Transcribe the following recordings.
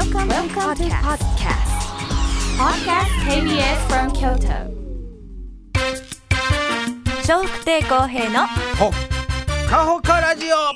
Welcome to podcast. Podcast KBS from Kyoto. 笑福亭公平のほかほかラジオ。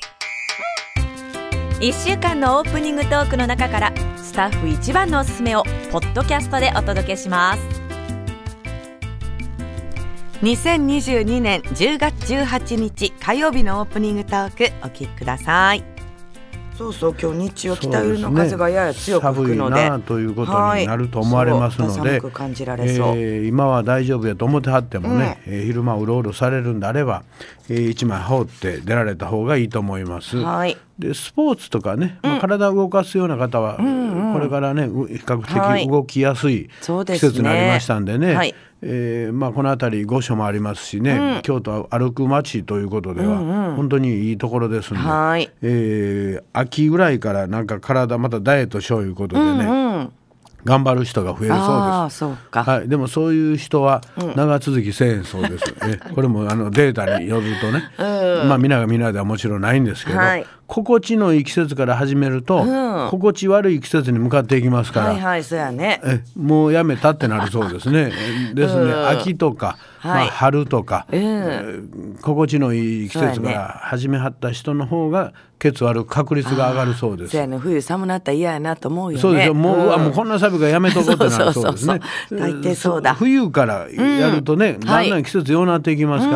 1週間のオープニングトークの中からスタッフ一番のおすすめをポッドキャストでお届けします。2022年10月18日火曜日のオープニングトークお聞きください。 そうそう、今日日曜北寄りの風がやや強く吹くので、 寒いなということになると思われますので、 寒く感じられそう。 今は大丈夫やと思ってはってもね、昼間うろうろされるんであれば、一枚羽織って出られた方がいいと思います。 はい。 でスポーツとかね、体を動かすような方は、これからね比較的動きやすい季節になりましたんでね、 はいこの辺り御所もありますしね、京都は歩く街ということでは、本当にいいところですので、 はい。 秋ぐらいからなんか体またダイエットしよういうことでね、頑張る人が増えるそうです。 ああ、そうか。 はい、でもそういう人は長続きせえんそうです、これもデータによるとね、皆が皆ではもちろんないんですけど、 はい、 心地のいい季節から始めると、心地悪い季節に向かっていきますから、 はいはい、そうやね。 もうやめたってなるそうですね。ですね、秋とか、春とか、心地のいい季節から始めはった人の方がケツ悪く確率が上がるそうです。 そうやね、冬寒なったら嫌やなと思うよね。 そうですよ、もうこんな寒いからやめとこうってなるそうですね。 大抵そうだ。 冬からやるとね、だんだん季節ようなっていきますから、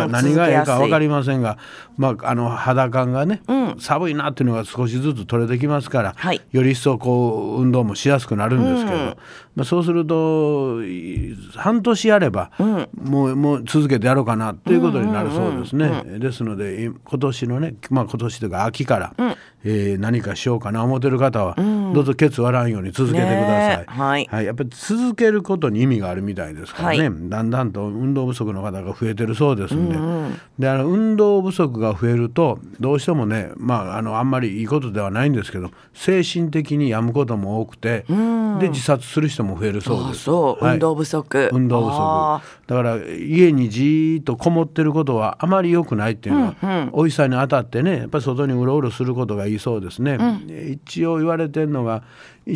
何がいいか分かりませんが、肌感がね、寒いなっていうのが少しずつ取れてきますから、より一層こう運動もしやすくなるんですけど、そうすると半年やれば、もう続けてやろうかなということになるそうですね。ですので今年のね、今年というか秋から、何かしようかな思ってる方は、どうぞケツ割らんように続けてください。やっぱり続けることに意味があるみたいですからね、だんだんと運動不足の方が増えてるそうですんで、運動不足が増えるとどうしてもね、あんまりいいことではないんですけど、精神的に病むことも多くて、で自殺する人も増えるそうです。 運動不足。 だから家にじーっとこもってることはあまり良くないっていうのは、お医者さんに当たってね、やっぱり外にうろうろすることがいいそうですね。一応言われてるのが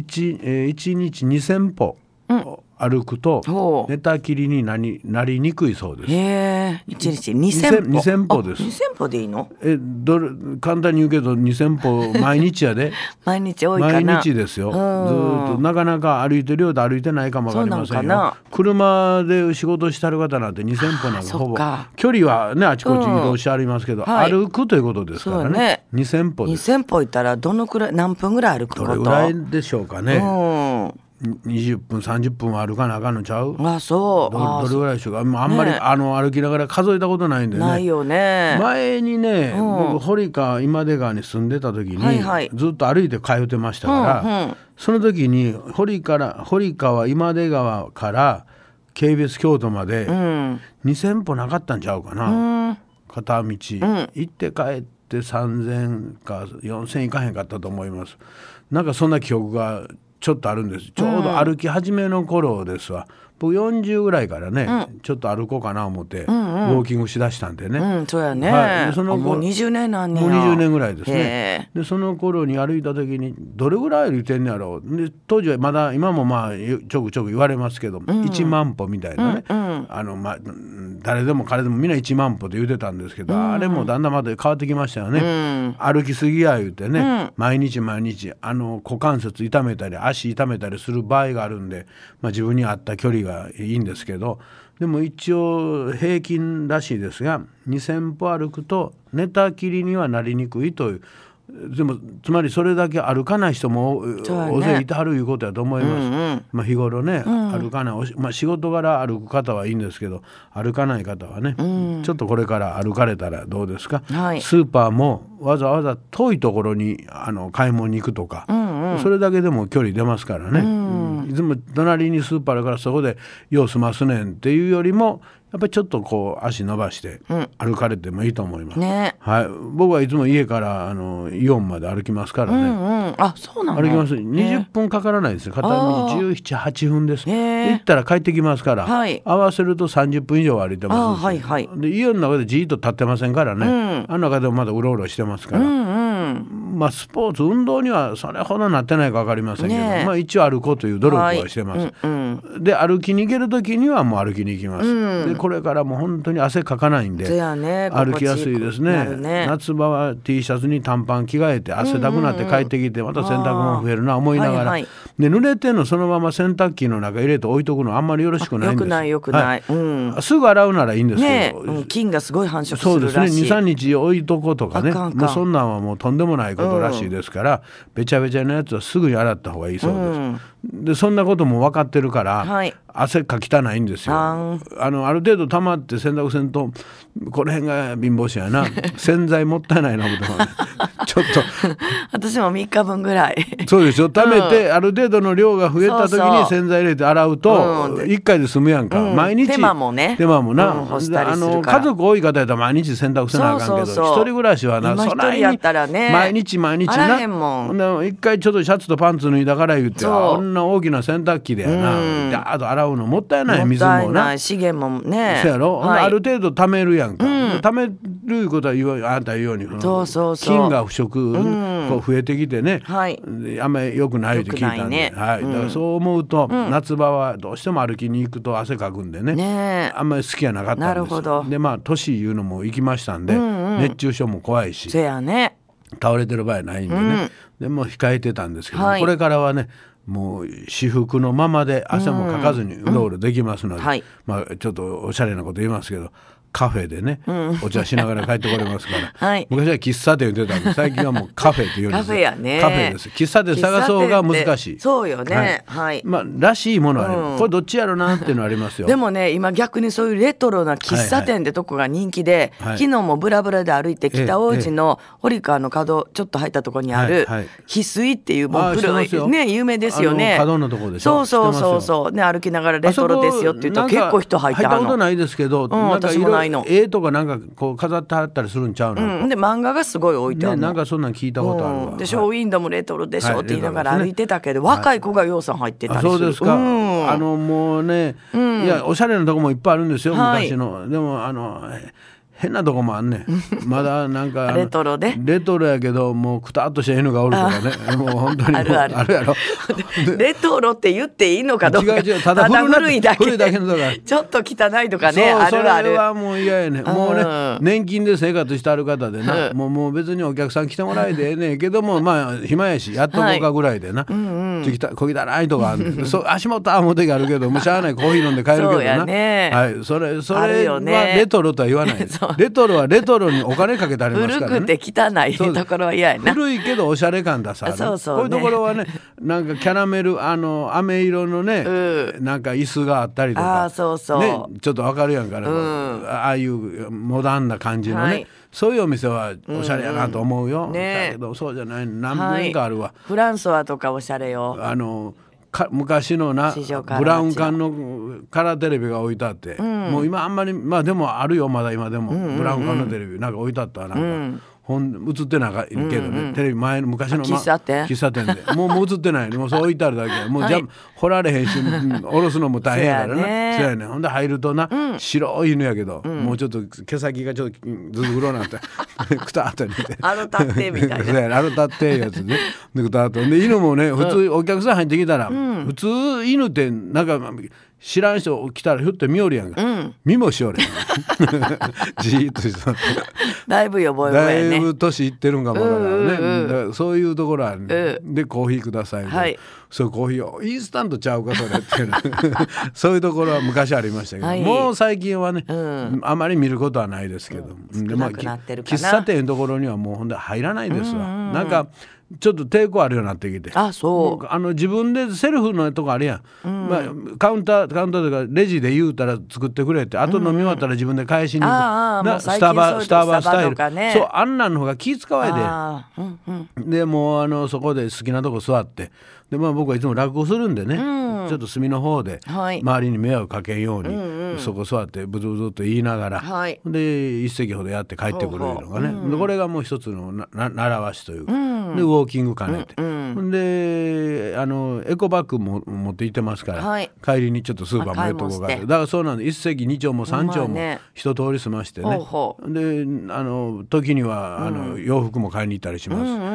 1日2000歩歩くと寝たきりになりにくいそうです。 1日2000歩。 2000歩です。 2000歩でいいの？ 簡単に言うけど2000歩毎日やで毎日多いかな。 毎日ですよ。ずっとなかなか歩いてるようで歩いてないかもわかりませんよ。車で仕事してる方なんて2000歩なんかほぼ距離はね、あちこち移動してありますけど、歩くということですからね。2000歩です。 2000歩いったらどのくらい、何分ぐらい歩くこと？ どれぐらいでしょうかね。20分30分は歩かなあかんのちゃう？ そう。 どれぐらいでしょうか。あんまり、歩きながら数えたことないんでね。 ないよね。 前にね、僕堀川今出川に住んでた時に、ずっと歩いて通ってましたから、その時に堀川今出川から KBS 京都まで2000歩なかったんちゃうかな、片道、行って帰って3000か4000いかへんかったと思います。なんかそんな記憶がちょっとあるんです。ちょうど歩き始めの頃ですわ。僕40ぐらいからね、ちょっと歩こうかな思って、ウォーキングしだしたんでね。 そうやね。もう20年なんねや。 もう20年ぐらいですね。でその頃に歩いた時にどれぐらい歩いてんねやろう。で当時はまだ、今もちょくちょく言われますけど、1万歩みたいなね、誰でも彼でもみんな1万歩って言うてたんですけど、あれもだんだんまた変わってきましたよね。歩きすぎや言うてね、毎日股関節痛めたり足痛めたりする場合があるんで、自分に合った距離がいいんですけど、でも一応平均らしいですが、2000歩歩くと寝たきりにはなりにくいという。でもつまりそれだけ歩かない人も大勢いてはるいうことやと思います。日頃ね、歩かない、仕事柄歩く方はいいんですけど、歩かない方はね、ちょっとこれから歩かれたらどうですか。スーパーもわざわざ遠いところに買い物に行くとか、それだけでも距離出ますからね。いつも隣にスーパーあるからそこで用済ますねんっていうよりも、やっぱりちょっとこう足伸ばして歩かれてもいいと思います、僕はいつも家からイオンまで歩きますからね。 そうなの？ 歩きます。20分かからないですよ。片道17、8分です。行ったら帰ってきますから、合わせると30分以上歩いてます。でイオンの中でじーっと立ってませんからね、あの中でもまだうろうろしてますから、 スポーツ運動にはそれほどなってないか分かりませんけど、一応歩こうという努力はしてます、で歩きに行ける時にはもう歩きに行きます、でこれからもう本当に汗かかないんで、歩きやすいですね。夏場は T シャツに短パン着替えて汗だくなって帰ってきて、また洗濯物増えるな思いながら、で濡れてんのそのまま洗濯機の中入れて置いとくのあんまりよろしくないんです。 よくない、 すぐ洗うならいいんですけど、 菌がすごい繁殖するらしい。 そうですね、 2,3 日置いとこうとかね、もうそんなんはもうとんでもないことらしいですから、べちゃべちゃなやつはすぐに洗った方がいいそうです、でそんなことも分かってるから、汗かきたないんですよ。ある程度溜まって洗濯せんと、この辺が貧乏者やな洗剤もったいないな思ってちょっと私も3日分ぐらいそうでしょ、溜めて、ある程度の量が増えた時に洗剤入れて洗うと1回で済むやんか、毎日手間もな、 家族多い方やったら毎日洗濯せなあかんけど、一人暮らしはな、そないに毎日な、一回ちょっとシャツとパンツ脱いだから言って、こんな大きな洗濯機でやな、ダーッと洗うのもったいない、水もな、 資源もね、 そうやろ、ある程度貯めるやんか、貯めることはあんた言うように菌が不食こう増えてきてね、あんまり良くないって聞いたんで、だからそう思うと、夏場はどうしても歩きに行くと汗かくんでね、あんまり好きやなかったんです。で年いうのも行きましたんで、熱中症も怖いし、倒れてる場合ないんでね、でも控えてたんですけど、これからはねもう私服のままで汗もかかずにうろうろできますので、ちょっとおしゃれなこと言いますけど、カフェでね、お茶しながら帰ってこれますから、昔は喫茶店言ってたんで、最近はもうカフェって言うんです。 カフェやね、 カフェです。喫茶店探そうが難しい。 そうよね、 らしいものはね、これどっちやろなっていうのありますよ。 でもね、今逆にそういうレトロな喫茶店ってとこが人気で、昨日もブラブラで歩いて北大路の堀川の角ちょっと入ったところにある翡翠っていう、もう古いね、有名ですよね。 角のところでしょ。 そうね、歩きながらレトロですよって言うと結構人入って入ったことないですけど、 私もないの。 絵とかなんかこう飾ってあったりするんちゃうの、 で漫画がすごい置いてあるの、 なんかそんなん聞いたことあるわ、 でショーウィンドウもレトロでしょって言いながら歩いてたけど、若い子がようさん入ってたりする。 そうですか、もうね、いやおしゃれなとこもいっぱいあるんですよ、昔の。でも変なとこもあんねんまだなんかレトロやけど、もうくたっとした犬がおるとかね、もう本当にあるやろレトロって言っていいのかどうか、 違うただ古いだけのとかちょっと汚いとかね、あるある。 それはもう嫌やね。もうね、年金で生活してある方でな、もう別にお客さん来てもらえてええねんけども、暇やしやっとこうかぐらいでな、小汚いとかある足元は思う時あるけど、もうしゃあない、コーヒー飲んで帰るけどな。 そうやね、 それはレトロとは言わないレトロはレトロにお金かけてありますからね。 古くて汚いところは嫌やな。 古いけどおしゃれ感出さある。こういうところはね、なんかキャラメル飴色のね、なんか椅子があったりとか、ね、ちょっとわかるやんから、ああいうモダンな感じのね、そういうお店はおしゃれやなと思うよ、だけどそうじゃない、何年かあるわ、 フランソワとかおしゃれよ。 昔のなブラウン管のカラーテレビが置いてあって、もう今あんまりでもあるよ、まだ今でも、ブラウン管のテレビなんか置いてあったらなんか、映ってないけどね、テレビ前の昔の喫茶店でもう映ってない、もうそう置いてあるだけ、もう掘られへんし下ろすのも大変やからね。そうやね。ほんで入るとな、白い犬やけど、もうちょっと毛先がちょっとずつ黒なってくたっと似てアロタッテみたいなアロタッテやつね、でくたっとで、犬もね、普通お客さん入ってきたら、普通犬ってなんか知らん人来たらひょって見よるやんか、見もしよれじーっとしてだいぶよぼよぼやね、 だいぶ年いってるんかもわからんね、そういうところあるね、でコーヒーください、そうコーヒーをインスタントちゃうかそれっていうそういうところは昔ありましたけど、もう最近はね、あまり見ることはないですけど、 少なくなってるかな。 喫茶店のところにはもうほんで入らないですわ、なんかちょっと抵抗あるようになってきて、自分でセルフのとこあるやん、カウンターとかレジで言うたら作ってくれて、あと飲み終わったら自分で返しに行く、スタバスタイル、そうあんなんの方が気使わいで、もうそこで好きなとこ座って、で僕はいつも落語するんでね、ちょっと隅の方で周りに迷惑かけんように、そこ座ってブツブツと言いながら、で一席ほどやって帰ってくるのがね、これがもう一つの習わしというか、でウォーキング兼ねて、でエコバッグも持って行ってますから、帰りにちょっとスーパーも寄っとこうかって、だからそうなんで、一席二丁も三丁も一通り済ましてね、で時には洋服も買いに行ったりします。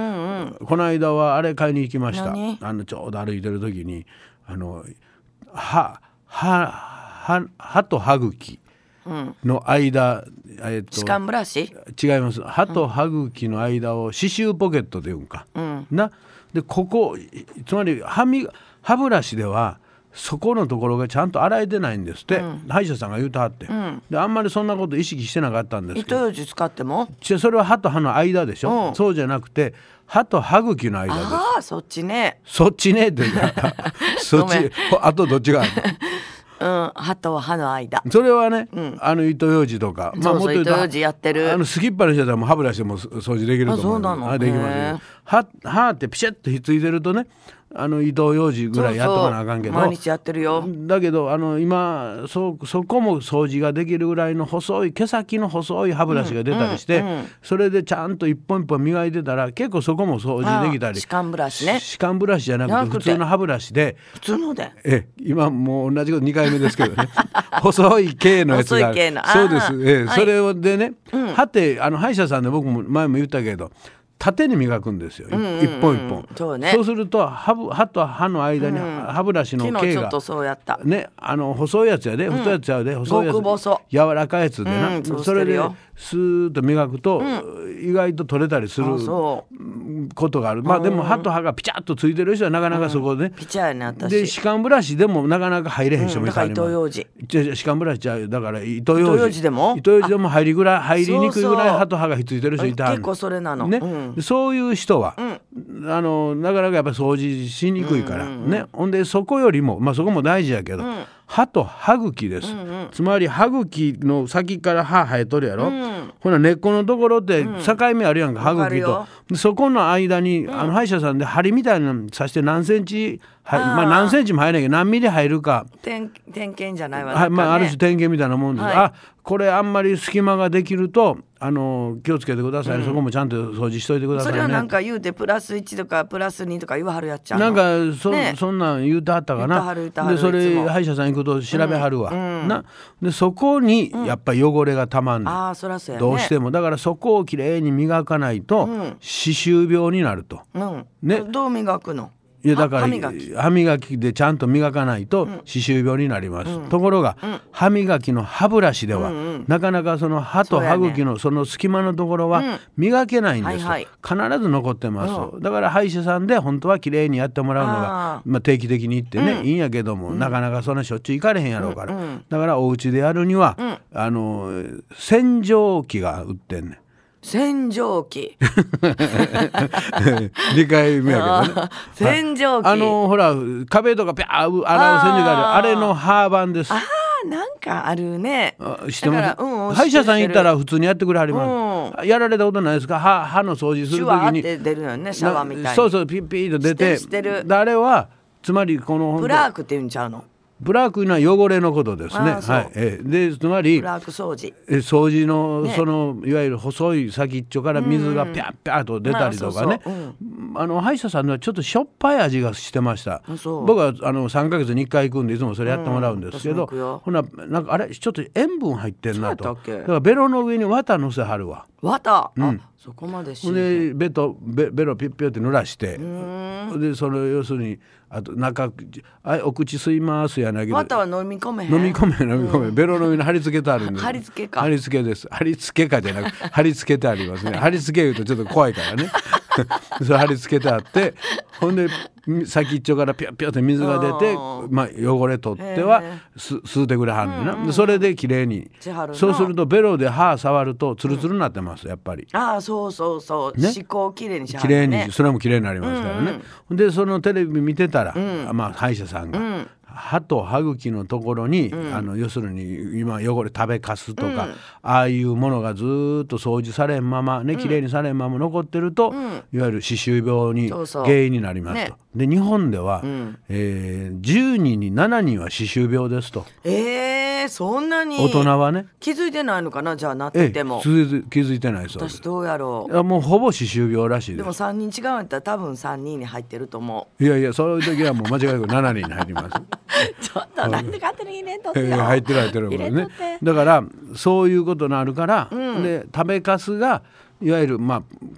この間はあれ買いに行きました。ちょうど歩いてる時に歯と歯茎の間、 歯間ブラシ違います。歯と歯茎の間を歯周ポケットで言うんか、なでここつまり歯ブラシではそこのところがちゃんと洗えてないんですって、歯医者さんが言うてはって、であんまりそんなこと意識してなかったんですけど、 糸ようじ使ってもそれは歯と歯の間でしょ、そうじゃなくて歯と歯茎の間です。 ああそっちねってそっちあとどっちがある歯と歯の間、 それはね、糸ようじとか、 もっと言うと糸ようじやってるすきっぱにしてたらもう歯ブラシでも掃除できると思う。 そうなの。 できますよ。歯ってピシッとひっついてるとね、糸ようじぐらいやっとかなあかんけど、 毎日やってるよ。 だけど今そこも掃除ができるぐらいの細い毛先の細い歯ブラシが出たりして、それでちゃんと一本一本磨いてたら結構そこも掃除できたり。 歯間ブラシね。 歯間ブラシじゃなくて普通の歯ブラシで。 普通ので。 今もう同じこと2回目ですけどね細い毛のやつがある。そうです。それでね、歯って歯医者さんで僕も前も言ったけど縦に磨くんですよ、一本一本。そうすると歯と歯の間に歯ブラシの毛が、 昨日ちょっとそうやったね、細いやつやで、太いやつやで、細いやつ柔らかいやつでな、それでスーッと磨くと、意外と取れたりすることがある。でも歯と歯がピチャッとついてる人はなかなかそこで、 ピチャやね私。 で歯間ブラシでもなかなか入れへん人もいたりも。 糸ようじ歯間ブラシじゃだから糸ようじでも入りにくいぐらい歯と歯がひっついてる人いた。 結構それなのね。そういう人は、なかなかやっぱり掃除しにくいから、ね。ほんでそこよりもそこも大事やけど、歯と歯茎です、つまり歯茎の先から歯生えとるやろ、ほな根っこのところって境目あるやんか、歯茎と。そこの間に歯医者さんで針みたいなの刺して何センチ何センチも入らないけど何ミリ入るか点検じゃないわ、 ある種点検みたいなもんです、これあんまり隙間ができると気をつけてください、そこもちゃんと掃除しといてくださいね。 それはなんか言うてプラス1とかプラス2とか言わはるやっちゃうなんかそんなん言うてはったかな。でそれ歯医者さん行くと調べはるわ、でそこにやっぱり汚れがたまんねん、 そらそうやね、 どうしても。だからそこをきれいに磨かないと歯周病になると、 どう磨くの？ いやだから歯磨きでちゃんと磨かないと歯周病になります、ところが、歯磨きの歯ブラシでは、なかなかその歯と歯茎のその隙間のところは磨けないんです、必ず残ってます、だから歯医者さんで本当はきれいにやってもらうのが、定期的に行ってね、いいんやけども、なかなかそんなしょっちゅう行かれへんやろうから、だからお家でやるには、洗浄機が売ってんねん。 洗浄機 2回目やけどね洗浄機、 ほら壁とかピャー洗う洗浄機あれの歯版です。 なんかあるね。 知ってます。歯医者さん行ったら普通にやってくれはります、やられたことないですか？歯の掃除するときにシュワーって出るよね、シャワーみたいに。 そうピッピーと出てしてる。 あれはつまりこのプラークって言うんちゃうの？ プラークは汚れのことですね。でつまりプラーク掃除の、そのいわゆる細い先っちょから水がピャッピャッと出たりとかね、歯医者さんではちょっとしょっぱい味がしてました。僕は3ヶ月に1回行くんでいつもそれやってもらうんですけど、ほななんかあれちょっと塩分入ってんなと。だからベロの上に綿のせはるわ。 綿、そこまでしでベロピッピッって濡らして、でそれ要するにあとお口吸いますやないけど、 綿は飲み込めへん。 飲み込めベロの上に貼り付けてあるんです。 貼り付けか。 貼り付けです。貼り付けかじゃなく貼り付けてありますね。貼り付け言うとちょっと怖いからねそれ貼り付けてあって、ほんで先っちょからピュッピュッって水が出て、汚れ取っては吸うてくれはんねんな、でそれできれいに。そうするとベロで歯触るとツルツルになってます、やっぱり。 そう、歯垢をきれいにしはるね。 きれいに、それもきれいになりますからね、でそのテレビ見てたら、歯医者さんが、歯と歯茎のところに、要するに今汚れ食べかすとか、ああいうものがずっと掃除されんままね、きれいにされんまま残ってると、いわゆる歯周病に原因になりますと。で日本では、10人に7人は歯周病ですと。 そんなに大人はね気づいてないのかな、じゃあなってても。 気づいてないそうです。 私どうやろう。 もうほぼ歯周病らしいです。 でも3人違うんやったら多分3人に入ってると思う。いやそういう時はもう間違いなく7人に入りますちょっとなんで勝手に入れんとってよ。 入ってるもんね。だからそういうことになるから、で食べかすがいわゆる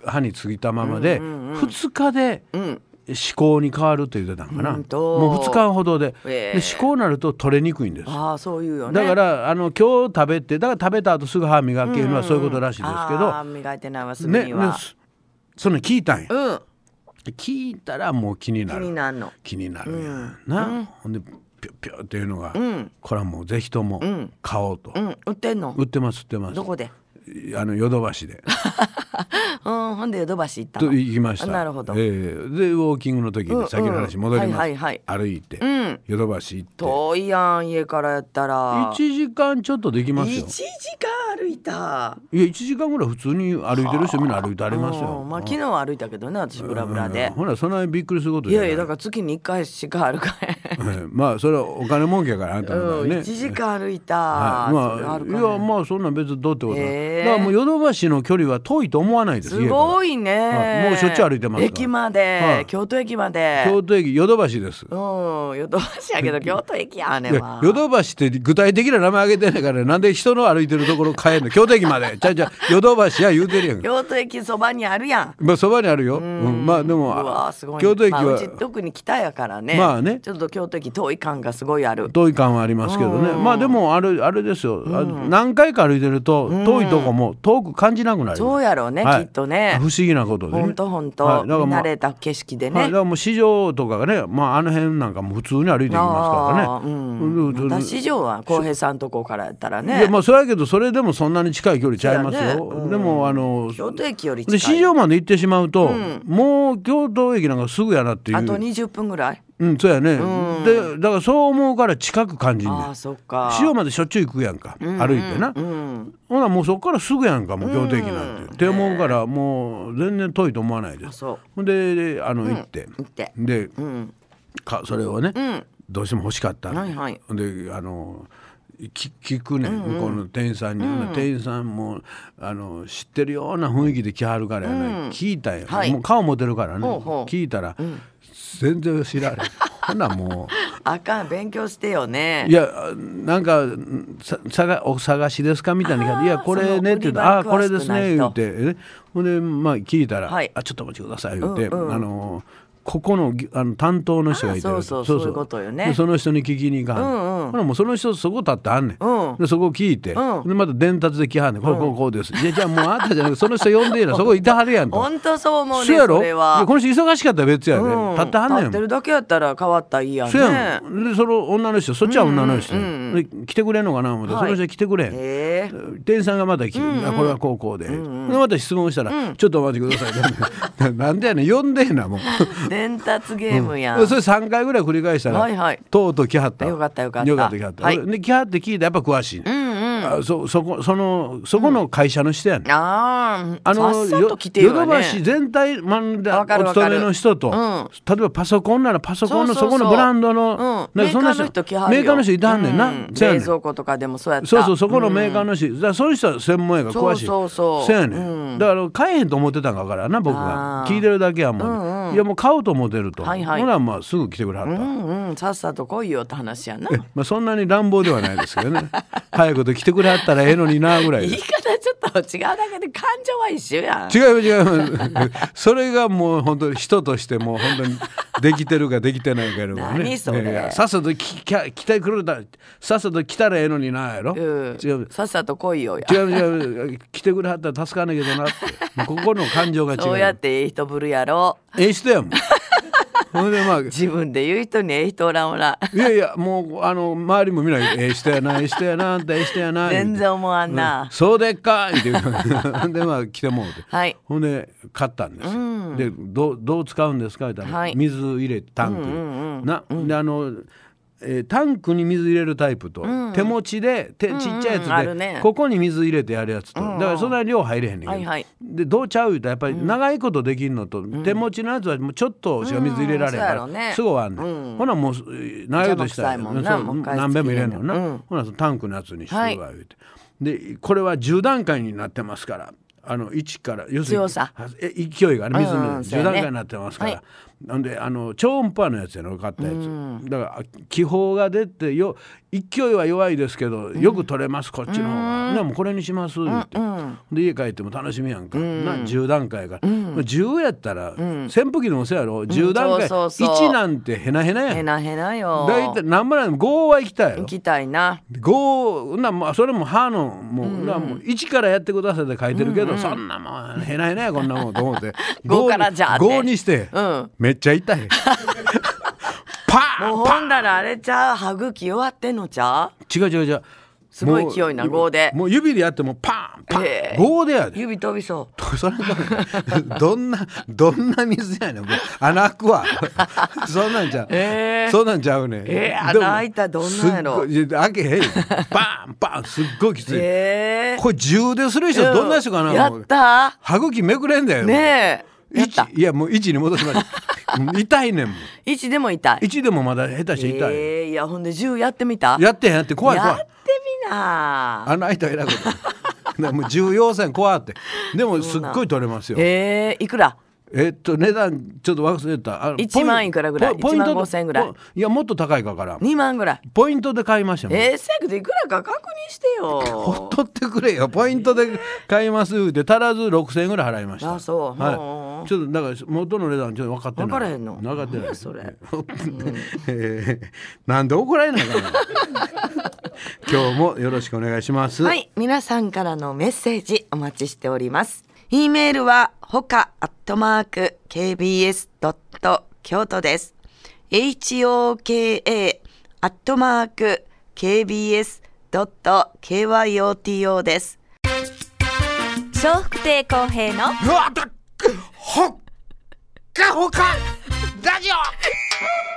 歯についたままで2日で歯垢に変わると言ってたのかな、もう2日ほどで、歯垢になると取れにくいんです。 そういうよね。 だから今日食べて、だから食べた後すぐ歯磨けるのはそういうことらしいですけど、 磨いてないわすぐには、 その聞いたんや、聞いたらもう気になるんやな、ほんでピュッピュッっていうのが、これはもうぜひとも買おうと、 売ってんの？ 売ってます。 どこで？ ヨドバシでほんでヨドバシ行ったの？ 行きました。 なるほど。 でウォーキングの時に先の話戻ります、歩いて、ヨドバシ行って。 遠いやん、家からやったら 1時間ちょっとできますよ。 1時間歩いた。 いや1時間ぐらい普通に歩いてる人みんな歩いてありますよ。 昨日は歩いたけどね、私ブラブラで。 ほらそんなにびっくりすることじゃない。いやだから月に1回しか歩かへんまあそれはお金儲けやからあんたの場合ね。 1時間歩いた、 まあそんな別にどうってことない。だからもうヨドバシの距離は遠いと思わないです。 すごいね、 もうしょっちゅう歩いてますから。 駅まで、京都駅まで。 京都駅ヨドバシです。 ヨドバシやけど京都駅やねんわ。 ヨドバシって具体的な名前挙げてないから、なんで人の歩いてるところ変えんの？京都駅までじゃヨドバシや言うてるやん。 京都駅そばにあるやん。 まあそばにあるよ。まあでも京都駅は、 うち特に北やからね、 まあね、 ちょっと京都駅遠い感がすごいある。 遠い感はありますけどね。まあでもあれですよ、何回か歩いてると遠いとこも遠く感じなくなる。 そうやろうね、きっとね。 不思議なことでね。 ほんと、慣れた景色でね。 だからもう市場とかがね、あの辺なんかも普通に歩いていきますからね。 また市場は浩平さんとこからやったらね。 いやまあそれやけど、それでもそんなに近い距離ちゃいますよ。でも京都駅より近い。 市場まで行ってしまうと、もう京都駅なんかすぐやなっていう。あと20分ぐらい。 そうやね。でだからそう思うから近く感じんねん。 そっか。 市場までしょっちゅう行くやんか、歩いてな。ほなもうそこからすぐやんか、もう京都駅なんてって思うから、もう全然遠いと思わないです。ほんで行ってでそれをね、どうしても欲しかったんで、聞くね、向こうの店員さんに。店員さんも知ってるような雰囲気で来はるからやね、聞いたよ。もう顔持てるからね、聞いたら全然知られん。ほなもうあかん、勉強してよね。 いやなんかお探しですかみたいな。いやこれねって言うと、これですね言うて、ほんでまあ聞いたら、ちょっとお待ちください言うて、ここの担当の人がいてる。 そういうことよね。 でその人に聞きに行かん。ほらもうその人そこ立ってあんねん。でそこ聞いて、でまた伝達で来はんねん。こうです。じゃあもうあんたじゃなくてその人呼んでいいな、そこいてはるやんと。 本当そう思うね。 そうやろ。 それはこの人忙しかったら別やで、立ってはんねん。 立ってるだけやったら変わったらいいやんね。 そうやん。でその女の人、そっちは女の人、で来てくれんのかな思って、その人来てくれん。店員さんがまた来て、これはこうで、また質問したら、ちょっとお待ちください。なんでやねん、呼んでんなもう。 伝達ゲームやん。 それ3回ぐらい繰り返したら、とうとう来はった。 よかった。 来はった。で来はって聞いたらやっぱ詳しい。そこの会社の人やねん。 さっさと来てよね。 ヨドバシ全体マンでお勤めの人と、例えばパソコンならパソコンのそこのブランドのメーカーの人来はるよ。 メーカーの人いたはんねんな。 冷蔵庫とかでもそうやった。 そこのメーカーの人、だからそういう人は専門やから詳しい。そうやねん。だから買えへんと思ってたんかからな、僕が聞いてるだけはもう、いやもう買うと思ってると。ほらまあすぐ来てくれはった。 さっさと来いよって話やな。 そんなに乱暴ではないですけどね。早くと来てくれはったらええのになぐらい。 言い方ちょっと違うだけで感情は一緒やん。 違うそれがもう本当に人としてもう本当にできてるかできてないかやろね。 何それ。 さっさと来てくれた、さっさと来たらええのになやろ。違う。 さっさと来いよや。 違う来てくれはったら助かんないけどなって。ここの感情が違う。 そうやってええ人ぶるやろ。 ええ人やもん。ほんで自分で言う人にええ人おらんおらん。 いやもう周りもみんなええ人やな、ええ人やな、あんたええ人やな。 全然思わんな。 そうでっかって言う。でまあ来てもうて。ほんで買ったんですよ。でどう使うんですかって言ったら、水入れタンクな。でタンクに水入れるタイプと、手持ちでちっちゃいやつで、ここに水入れてやるやつと、だからそんなに量入れへんねんけど、でどうちゃう言うたらやっぱり長いことできるのと、手持ちのやつはもうちょっとしか水入れられへんから、すぐ終わんねん。ほなもう長いことしたら何べんも入れんのな。ほなそのタンクのやつにしてるわ言うて、でこれは10段階になってますから、 1から要するに強さ勢いがね水の10段階になってますから、なんで超音波のやつやの買ったやつ、だから気泡が出て勢いは弱いですけどよく取れます、こっちの方が、もうこれにしますって、で家帰っても楽しみやんか、10段階から、10やったら、扇風機でもそうやろ、10段階、1なんてへなへなやん、 へなへなよ。 だいたい何もないの5は行きたいやろ、 行きたいな。 5それも歯のもう1からやってくださいって書いてるけど、そんなもんへなへなやこんなもんと思って 5からじゃあって 5にして、めっちゃ痛いパもうほんだらあれちゃう、歯茎弱ってんのちゃう。 違うすごい勢いな5で、 もう指でやってもパンパン、5でやで、 指飛びそう。 それどんな水やねん、穴開くわそんなんちゃう、そんなんちゃうね穴開いたらどんなんやろ、 開けへんパンパンすっごいきつい、これ10でする人どんな人かな、 やった歯茎めくれんだよねえ、やった。 いやもう1に戻しました痛いねんもん、 1でも痛い、 1でもまだ下手して痛い、 いやほんで10やってみた、 やって怖いやってみな、 穴開いたら偉いこともう重要線怖って、でもすっごい取れますよ。 いくら値段ちょっと忘れた。 1万いくらぐらい、1万5千ぐらい、 いやもっと高いかから 2万ぐらいポイントで買いましたもん。 せやけどいくらか確認してよほっとってくれよ、ポイントで買いますで足らず6000円ぐらい払いました。 あ、そう、 はい、ちょっとだから元の値段ちょっと分かってない、 分からへんの、 分かってないそれなんで怒られないかな今日もよろしくお願いします。 はい、皆さんからのメッセージお待ちしております。E メールはほか@kbs. 京都です。hoka@kbs.kyoto です。 笑福亭公平のほっかほかラジオ